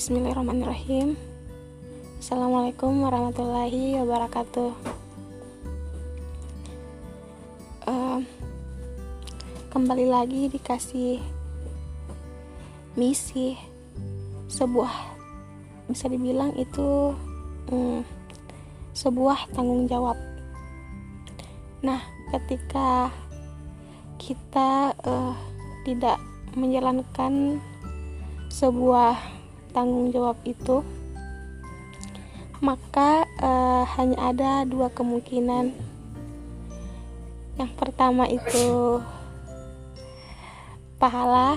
Bismillahirrahmanirrahim. Assalamualaikum warahmatullahi wabarakatuh. Kembali lagi dikasih misi, sebuah, bisa dibilang itu sebuah tanggung jawab. Nah, ketika kita tidak menjalankan sebuah tanggung jawab itu, maka hanya ada dua kemungkinan. Yang pertama itu pahala,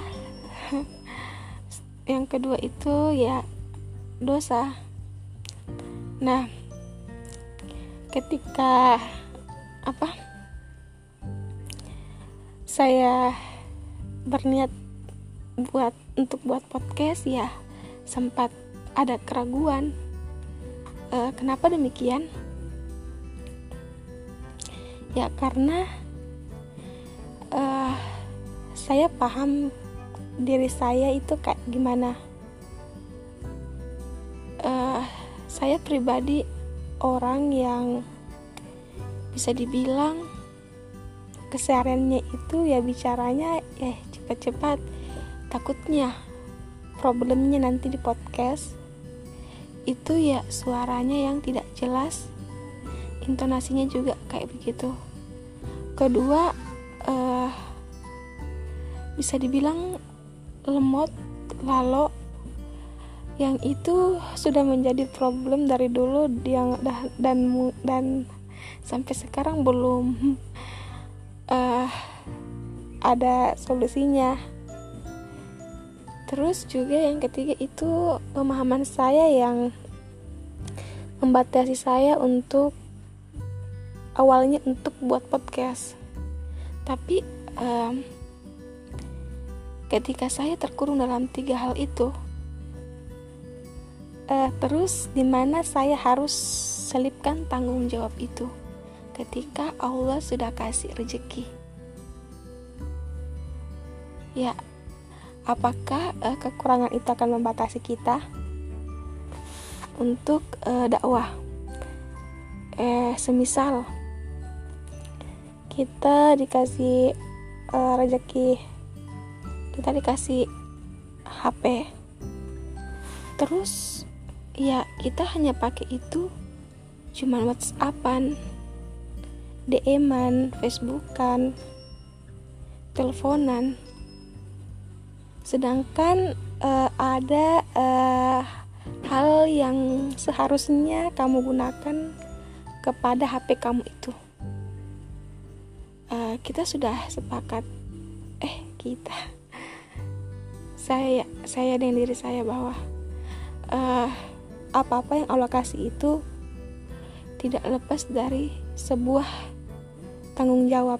yang kedua itu ya dosa. Nah, ketika saya berniat untuk buat podcast, ya sempat ada keraguan. Kenapa demikian? Ya karena saya paham diri saya itu kayak gimana. Saya pribadi orang yang bisa dibilang kesehariannya itu ya bicaranya cepat-cepat. Takutnya problemnya nanti di podcast itu ya suaranya yang tidak jelas, intonasinya juga kayak begitu. Kedua, bisa dibilang lemot, lalo, yang itu sudah menjadi problem dari dulu dan sampai sekarang belum ada solusinya. Terus juga yang ketiga itu pemahaman saya yang membatasi saya untuk awalnya untuk buat podcast. Tapi ketika saya terkurung dalam 3 hal itu, terus dimana saya harus selipkan tanggung jawab itu ketika Allah sudah kasih rezeki. Ya, apakah kekurangan itu akan membatasi kita untuk dakwah? Semisal kita dikasih rezeki, kita dikasih HP, terus ya kita hanya pakai itu cuman WhatsAppan, DM-an, Facebookan, teleponan. Sedangkan ada hal yang seharusnya kamu gunakan kepada HP kamu itu. Kita sudah sepakat, saya dengan diri saya bahwa apa-apa yang Allah kasih itu tidak lepas dari sebuah tanggung jawab.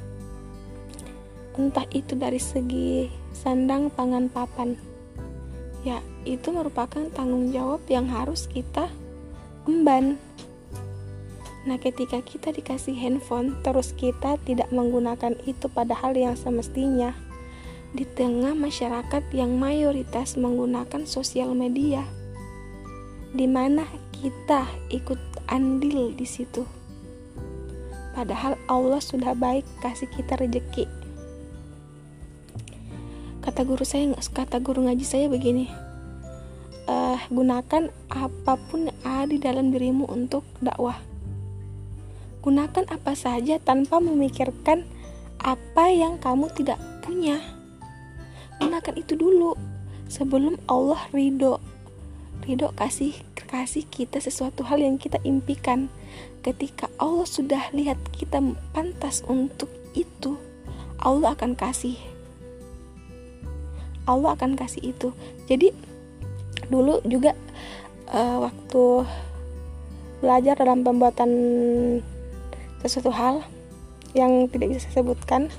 Entah itu dari segi sandang, pangan, papan, ya itu merupakan tanggung jawab yang harus kita emban. Nah, ketika kita dikasih handphone terus kita tidak menggunakan itu pada hal yang semestinya, di tengah masyarakat yang mayoritas menggunakan sosial media, di mana kita ikut andil di situ, padahal Allah sudah baik kasih kita rezeki. Kata guru ngaji saya begini, gunakan apapun yang ada di dalam dirimu untuk dakwah. Gunakan apa saja tanpa memikirkan apa yang kamu tidak punya. Gunakan itu dulu sebelum Allah ridho kasih kita sesuatu hal yang kita impikan. Ketika Allah sudah lihat kita pantas untuk itu, Allah akan kasih itu. Jadi dulu juga waktu belajar dalam pembuatan sesuatu hal yang tidak bisa saya sebutkan,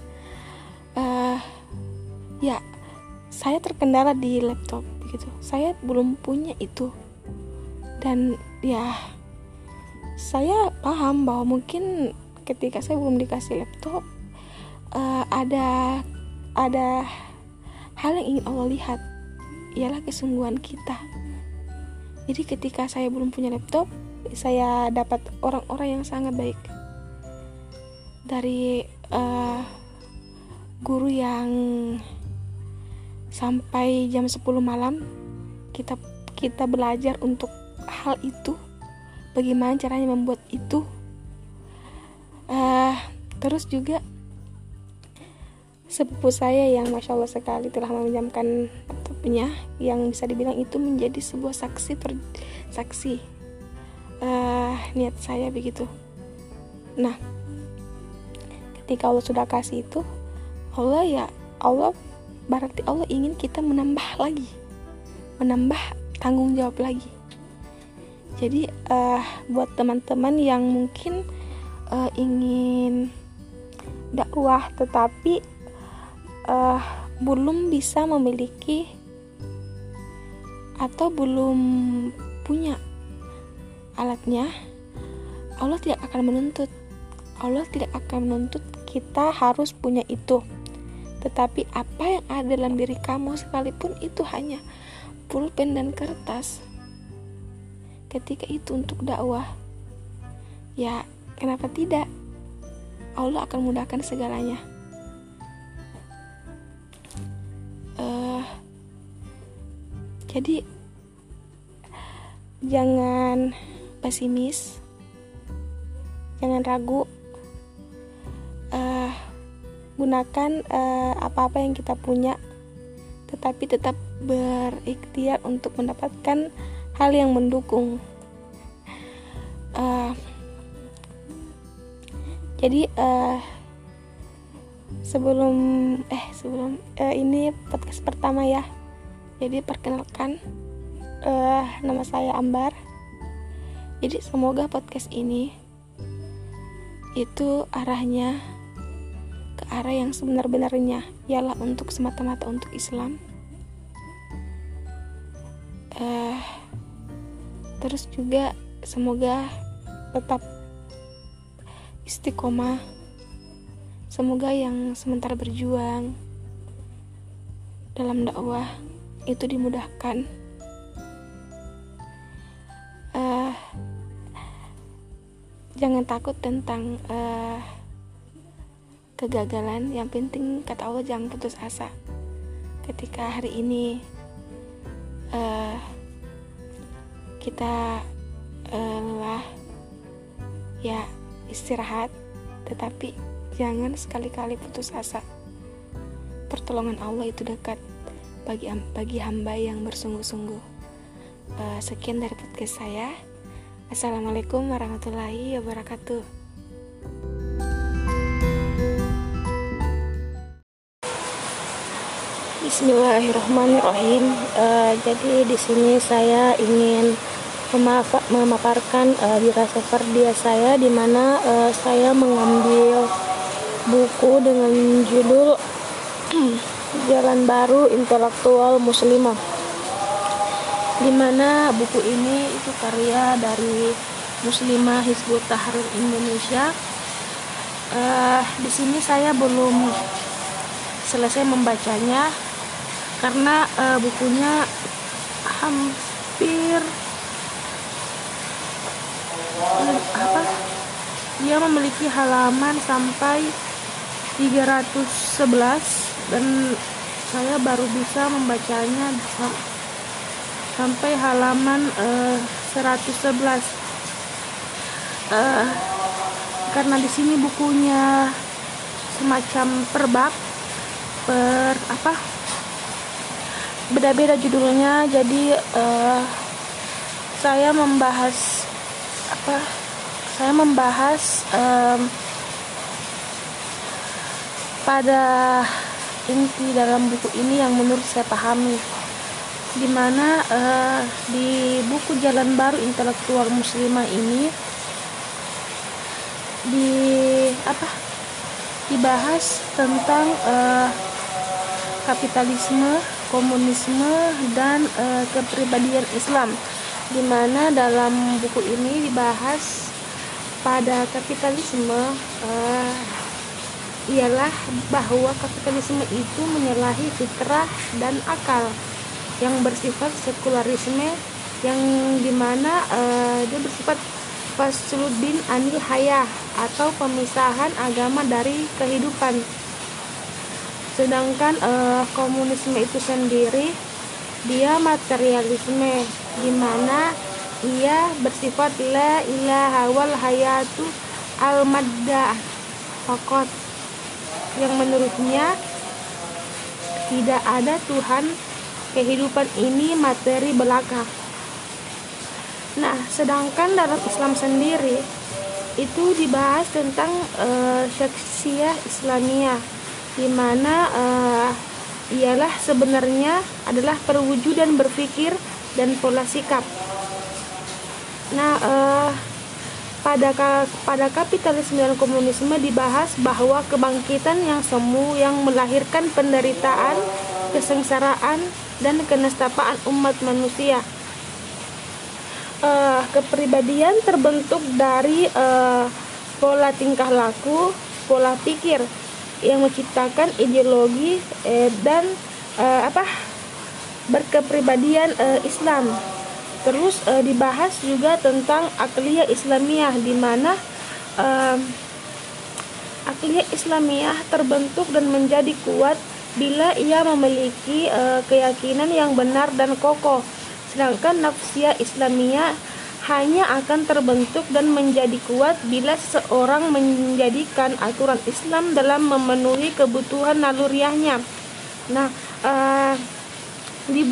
ya saya terkendala di laptop gitu. Saya belum punya itu, dan ya saya paham bahwa mungkin ketika saya belum dikasih laptop, ada hal yang ingin Allah lihat, ialah kesungguhan kita Jadi ketika saya belum punya laptop, saya dapat orang-orang yang sangat baik. Dari guru yang sampai jam 10 malam kita belajar untuk hal itu, bagaimana caranya membuat itu. Terus juga sepupu saya yang Masya Allah sekali telah meminjamkan laptopnya, yang bisa dibilang itu menjadi sebuah saksi niat saya begitu. Nah, ketika Allah sudah kasih itu, Allah berarti Allah ingin kita menambah tanggung jawab lagi. Jadi buat teman-teman yang mungkin ingin dakwah tetapi belum bisa memiliki atau belum punya alatnya, Allah tidak akan menuntut kita harus punya itu. Tetapi apa yang ada dalam diri kamu, sekalipun itu hanya pulpen dan kertas, ketika itu untuk dakwah, ya kenapa tidak? Allah akan mudahkan segalanya. Jadi jangan pesimis, jangan ragu. Gunakan apa-apa yang kita punya, tetapi tetap berikhtiar untuk mendapatkan hal yang mendukung. Jadi sebelum ini podcast pertama ya. Jadi perkenalkan, nama saya Ambar. Jadi semoga podcast ini itu arahnya ke arah yang sebenar-benarnya, ialah untuk semata-mata untuk Islam. Terus juga semoga tetap istiqomah. Semoga yang sementara berjuang dalam dakwah itu dimudahkan. Jangan takut tentang kegagalan. Yang penting kata Allah, jangan putus asa. Ketika hari ini kita lelah, ya istirahat, tetapi jangan sekali-kali putus asa. Pertolongan Allah itu dekat bagi hamba yang bersungguh-sungguh. Sekian dari podcast saya. Assalamualaikum warahmatullahi wabarakatuh. Bismillahirrahmanirrahim. Jadi di sini saya ingin memaparkan dirasa fardiah saya, di mana saya mengambil buku dengan judul Jalan Baru Intelektual Muslimah, di mana buku ini itu karya dari Muslimah Hizbut Tahrir Indonesia. Di sini saya belum selesai membacanya karena bukunya hampir dia memiliki halaman sampai 311 dan saya baru bisa membacanya sampai halaman 111. Karena di sini bukunya semacam per bab, beda-beda judulnya. Jadi saya membahas pada inti dalam buku ini yang menurut saya pahami, di mana di buku Jalan Baru Intelektual Muslimah ini dibahas tentang kapitalisme, komunisme, dan kepribadian Islam, di mana dalam buku ini dibahas pada kapitalisme ialah bahwa kapitalisme itu menyalahi fitrah dan akal yang bersifat sekularisme yang dimana dia bersifat fasluddin anil hayah atau pemisahan agama dari kehidupan. Sedangkan komunisme itu sendiri dia materialisme, dimana ia bersifat la ilaha wal hayatu al madda faqat, yang menurutnya tidak ada Tuhan, kehidupan ini materi belaka. Nah, sedangkan dalam Islam sendiri itu dibahas tentang syakhsiyah Islamiyah, di mana ialah sebenarnya adalah perwujudan berpikir dan pola sikap. Nah, pada kapitalisme dan komunisme dibahas bahwa kebangkitan yang semu yang melahirkan penderitaan, kesengsaraan, dan kenestapaan umat manusia. Kepribadian terbentuk dari pola tingkah laku, pola pikir yang menciptakan ideologi dan berkepribadian Islam. Terus dibahas juga tentang akliyah Islamiyah, di mana akliyah Islamiyah terbentuk dan menjadi kuat bila ia memiliki keyakinan yang benar dan kokoh. Sedangkan nafsiyah Islamiyah hanya akan terbentuk dan menjadi kuat bila seseorang menjadikan aturan Islam dalam memenuhi kebutuhan naluriahnya. Nah, di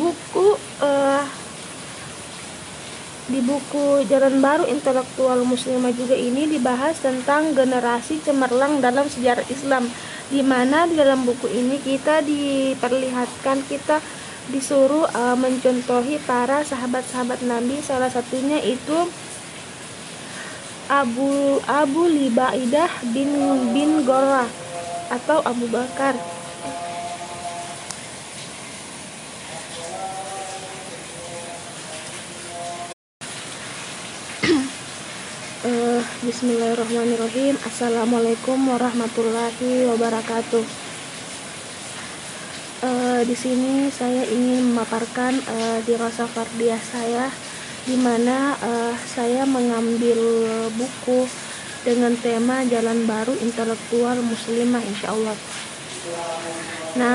buku Jalan Baru Intelektual Muslimah juga ini dibahas tentang generasi cemerlang dalam sejarah Islam, di mana di dalam buku ini kita diperlihatkan, kita disuruh mencontohi para sahabat-sahabat Nabi. Salah satunya itu Abu Libaidah bin Gorah atau Abu Bakar. Bismillahirrahmanirrahim. Assalamualaikum warahmatullahi wabarakatuh. Di sini saya ingin memaparkan dirasa fardiyah saya, di mana saya mengambil buku dengan tema Jalan Baru Intelektual Muslimah, insyaallah. Nah,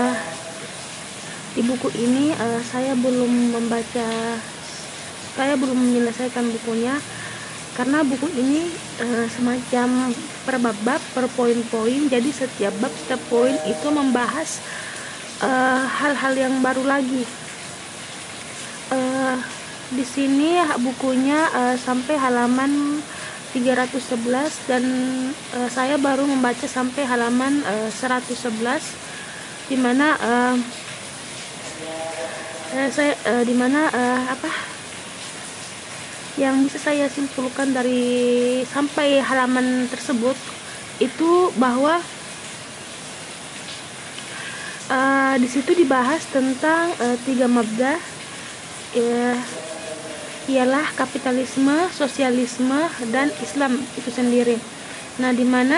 di buku ini saya belum menyelesaikan bukunya, karena buku ini semacam per bab, per poin-poin. Jadi setiap bab, setiap poin itu membahas hal-hal yang baru lagi. Di sini bukunya sampai halaman 311 dan saya baru membaca sampai halaman 111, di mana yang bisa saya simpulkan dari sampai halaman tersebut itu bahwa di situ dibahas tentang 3 mabda, ialah kapitalisme, sosialisme, dan Islam itu sendiri. Nah, di mana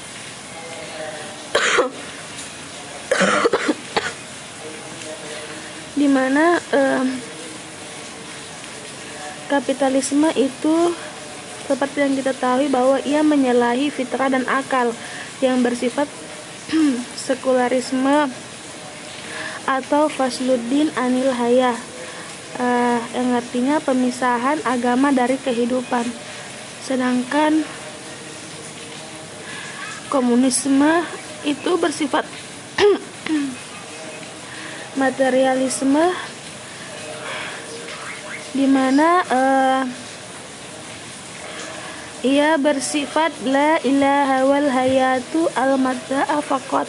kapitalisme itu seperti yang kita tahu bahwa ia menyalahi fitrah dan akal, yang bersifat sekularisme atau fasluddin anil hayah, yang artinya pemisahan agama dari kehidupan. Sedangkan komunisme itu bersifat materialisme, di mana ia bersifat la ilaha wal hayatu al madda'a faqat.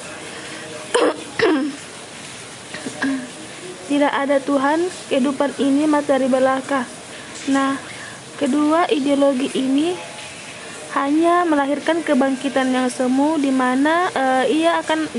Tidak ada Tuhan, kehidupan ini materi belaka. Nah, kedua ideologi ini hanya melahirkan kebangkitan yang semu, di mana ia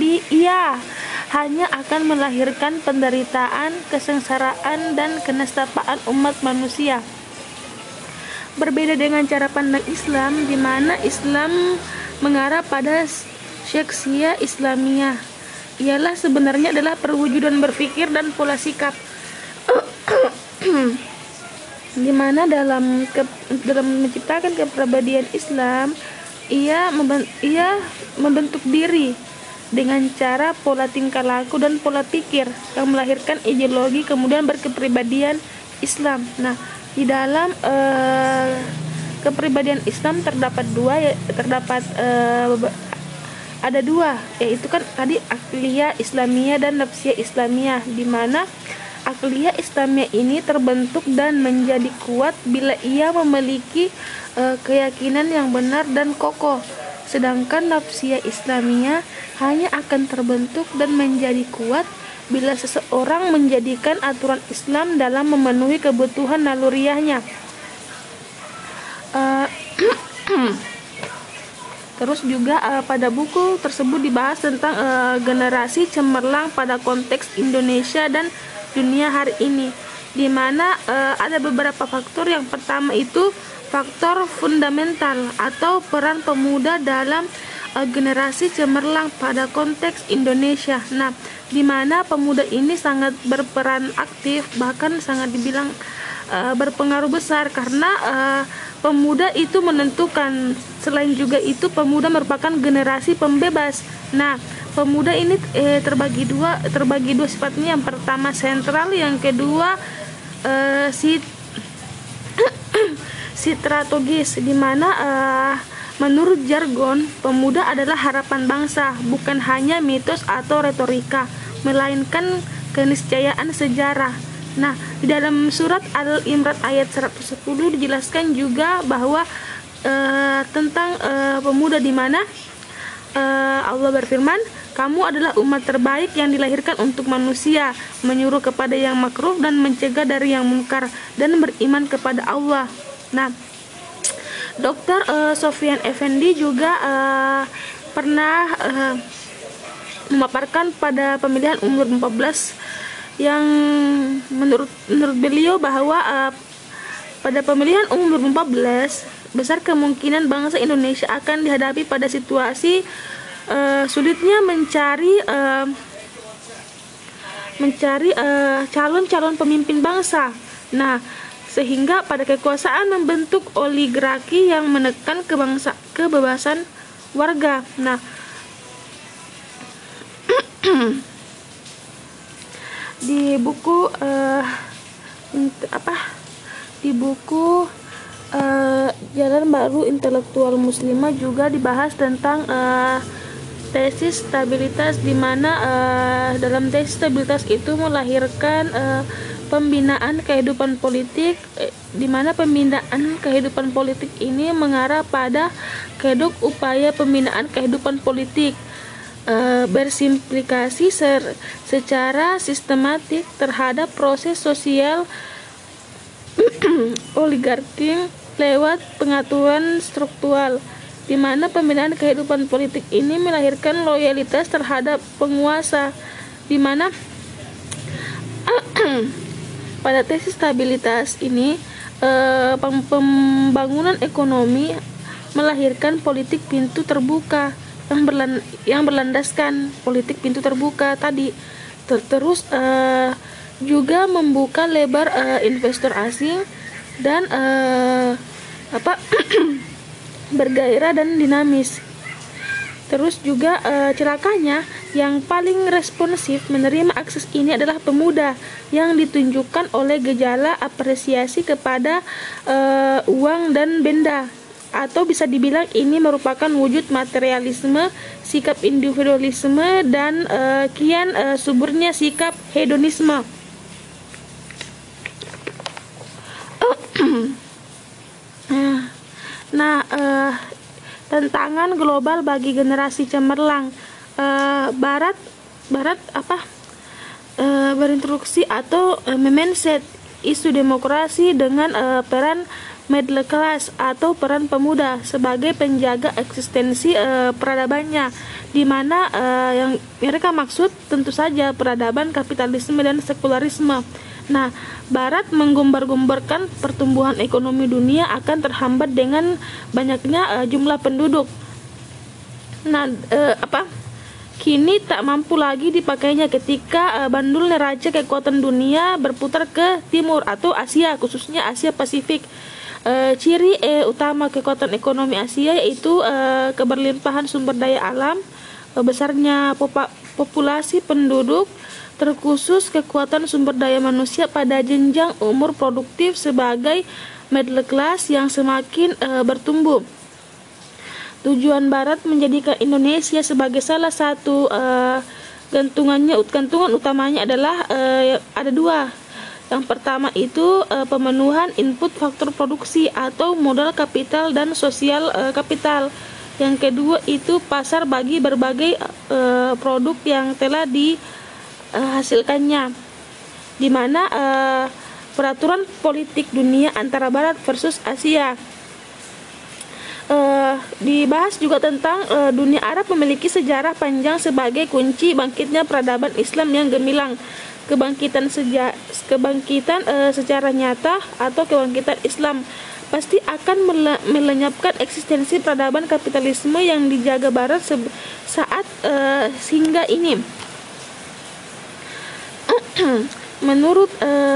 hanya akan melahirkan penderitaan, kesengsaraan, dan kenestapaan umat manusia. Berbeda dengan cara pandang Islam, di mana Islam mengarah pada syakhsiyah Islamiyah, ialah sebenarnya adalah perwujudan berpikir dan pola sikap. di mana dalam menciptakan kepribadian Islam, ia membentuk diri dengan cara pola tingkah laku dan pola pikir yang melahirkan ideologi kemudian berkepribadian Islam. Nah, di dalam kepribadian Islam ada dua, yaitu kan tadi akliyah Islamiyah dan nafsiyah Islamiyah, di mana akliyah Islamiyah ini terbentuk dan menjadi kuat bila ia memiliki keyakinan yang benar dan kokoh. Sedangkan nafsiyah Islamiyah hanya akan terbentuk dan menjadi kuat bila seseorang menjadikan aturan Islam dalam memenuhi kebutuhan naluriahnya. Terus juga pada buku tersebut dibahas tentang generasi cemerlang pada konteks Indonesia dan dunia hari ini, di mana ada beberapa faktor. Yang pertama itu faktor fundamental atau peran pemuda dalam generasi cemerlang pada konteks Indonesia. Nah, di mana pemuda ini sangat berperan aktif, bahkan sangat dibilang berpengaruh besar, karena pemuda itu menentukan. Selain juga itu, pemuda merupakan generasi pembebas. Nah, pemuda ini terbagi dua sifatnya. Yang pertama sentral, yang kedua strategis, di mana menurut jargon pemuda adalah harapan bangsa, bukan hanya mitos atau retorika, melainkan keniscayaan sejarah. Nah, di dalam surat Al-Imran ayat 110 dijelaskan juga bahwa tentang pemuda, di mana Allah berfirman, "Kamu adalah umat terbaik yang dilahirkan untuk manusia, menyuruh kepada yang makruh dan mencegah dari yang mungkar, dan beriman kepada Allah." Nah, Dr. Sofyan Effendi juga pernah memaparkan pada pemilihan umur 14 yang menurut beliau bahwa pada pemilihan umur 14 besar kemungkinan bangsa Indonesia akan dihadapi pada situasi sulitnya mencari calon-calon pemimpin bangsa. Nah, sehingga pada kekuasaan membentuk oligarki yang menekan kebebasan warga. Nah, di buku Jalan Baru Intelektual Muslimah juga dibahas tentang tesis stabilitas, di mana dalam tesis stabilitas itu melahirkan pembinaan kehidupan politik, di mana pembinaan kehidupan politik ini mengarah pada kedok upaya pembinaan kehidupan politik bersimplikasi secara sistematik terhadap proses sosial oligarki lewat pengaturan struktural, di mana pembinaan kehidupan politik ini melahirkan loyalitas terhadap penguasa, di mana pada tesis stabilitas ini pembangunan ekonomi melahirkan politik pintu terbuka yang berlandaskan politik pintu terbuka tadi, terus juga membuka lebar investor asing dan bergairah dan dinamis. Terus juga celakanya yang paling responsif menerima akses ini adalah pemuda, yang ditunjukkan oleh gejala apresiasi kepada uang dan benda, atau bisa dibilang ini merupakan wujud materialisme, sikap individualisme, dan kian suburnya sikap hedonisme. Nah, tantangan global bagi generasi cemerlang. Barat berintroduksi atau mindset isu demokrasi dengan peran middle class atau peran pemuda sebagai penjaga eksistensi peradabannya, di mana yang mereka maksud tentu saja peradaban kapitalisme dan sekularisme. Nah, Barat menggombar-gomborkan pertumbuhan ekonomi dunia akan terhambat dengan banyaknya jumlah penduduk. Nah, kini tak mampu lagi dipakainya ketika bandul neraca kekuatan dunia berputar ke timur atau Asia, khususnya Asia Pasifik. Ciri utama kekuatan ekonomi Asia yaitu keberlimpahan sumber daya alam, besarnya populasi penduduk, terkhusus kekuatan sumber daya manusia pada jenjang umur produktif sebagai middle class yang semakin bertumbuh. Tujuan Barat menjadikan Indonesia sebagai salah satu gantungan utamanya adalah ada dua. Yang pertama itu pemenuhan input faktor produksi atau modal kapital dan sosial kapital. Yang kedua itu pasar bagi berbagai produk yang telah dihasilkannya, di mana peraturan politik dunia antara Barat versus Asia. Dibahas juga tentang dunia Arab memiliki sejarah panjang sebagai kunci bangkitnya peradaban Islam yang gemilang. Kebangkitan secara nyata atau kebangkitan Islam pasti akan melenyapkan eksistensi peradaban kapitalisme yang dijaga Barat saat hingga ini. Menurut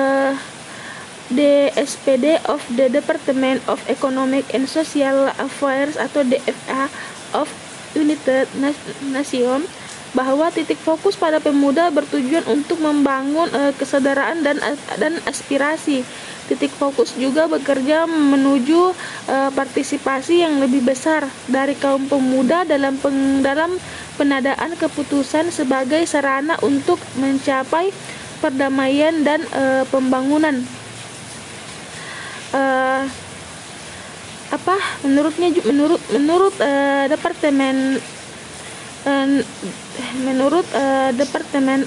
DSPD of the Department of Economic and Social Affairs atau DFA of United Nations, bahwa titik fokus pada pemuda bertujuan untuk membangun kesadaran dan aspirasi. Titik fokus juga bekerja menuju partisipasi yang lebih besar dari kaum pemuda dalam penadaan keputusan sebagai sarana untuk mencapai perdamaian dan pembangunan. Menurut Departemen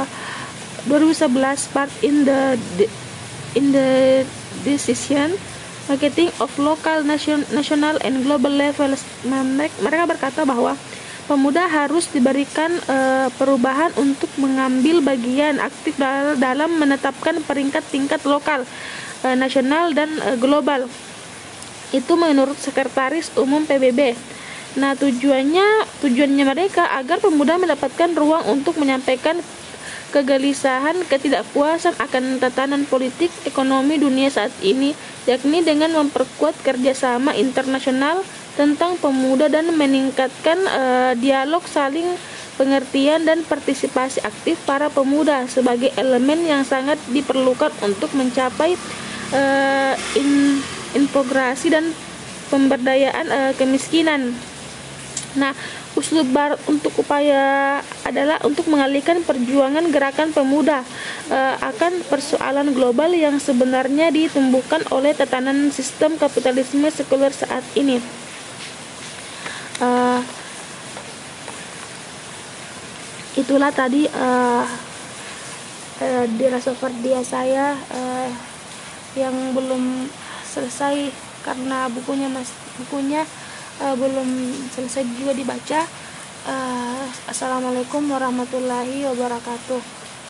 2011 part in the decision marketing of local, national and global levels, mereka berkata bahwa pemuda harus diberikan perubahan untuk mengambil bagian aktif dalam menetapkan peringkat tingkat lokal, nasional dan global. Itu menurut Sekretaris Umum PBB. Nah, tujuannya mereka agar pemuda mendapatkan ruang untuk menyampaikan kegelisahan, ketidakpuasan akan tatanan politik ekonomi dunia saat ini, yakni dengan memperkuat kerjasama internasional tentang pemuda dan meningkatkan dialog saling pengertian dan partisipasi aktif para pemuda sebagai elemen yang sangat diperlukan untuk mencapai integrasi dan pemberdayaan kemiskinan. Nah, uslub Barat untuk upaya adalah untuk mengalihkan perjuangan gerakan pemuda akan persoalan global yang sebenarnya ditumbuhkan oleh tatanan sistem kapitalisme sekuler saat ini. Itulah tadi dirasover dia saya yang belum selesai karena bukunya belum selesai juga dibaca. Assalamualaikum warahmatullahi wabarakatuh.